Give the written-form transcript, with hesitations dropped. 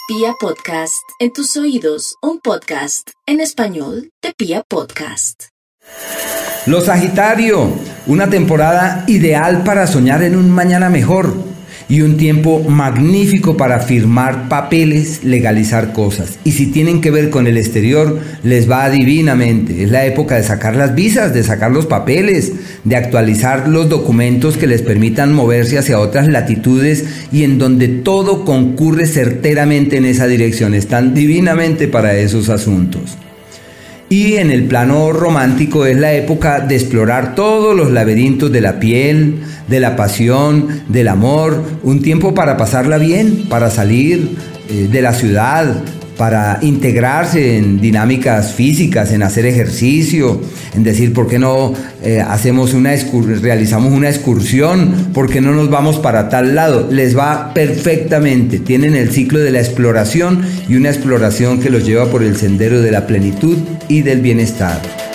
Pia Podcast, en tus oídos, un podcast en español de Pia Podcast. Los Sagitario, una temporada ideal para soñar en un mañana mejor y un tiempo magnífico para firmar papeles, legalizar cosas. Y si tienen que ver con el exterior, les va divinamente. Es la época de sacar las visas, de sacar los papeles, de actualizar los documentos que les permitan moverse hacia otras latitudes y en donde todo concurre certeramente en esa dirección. Están divinamente para esos asuntos. Y en el plano romántico es la época de explorar todos los laberintos de la piel, de la pasión, del amor, un tiempo para pasarla bien, para salir de la ciudad, para integrarse en dinámicas físicas, en hacer ejercicio, en decir, ¿por qué no realizamos una excursión? ¿Por qué no nos vamos para tal lado? Les va perfectamente. Tienen el ciclo de la exploración y una exploración que los lleva por el sendero de la plenitud y del bienestar.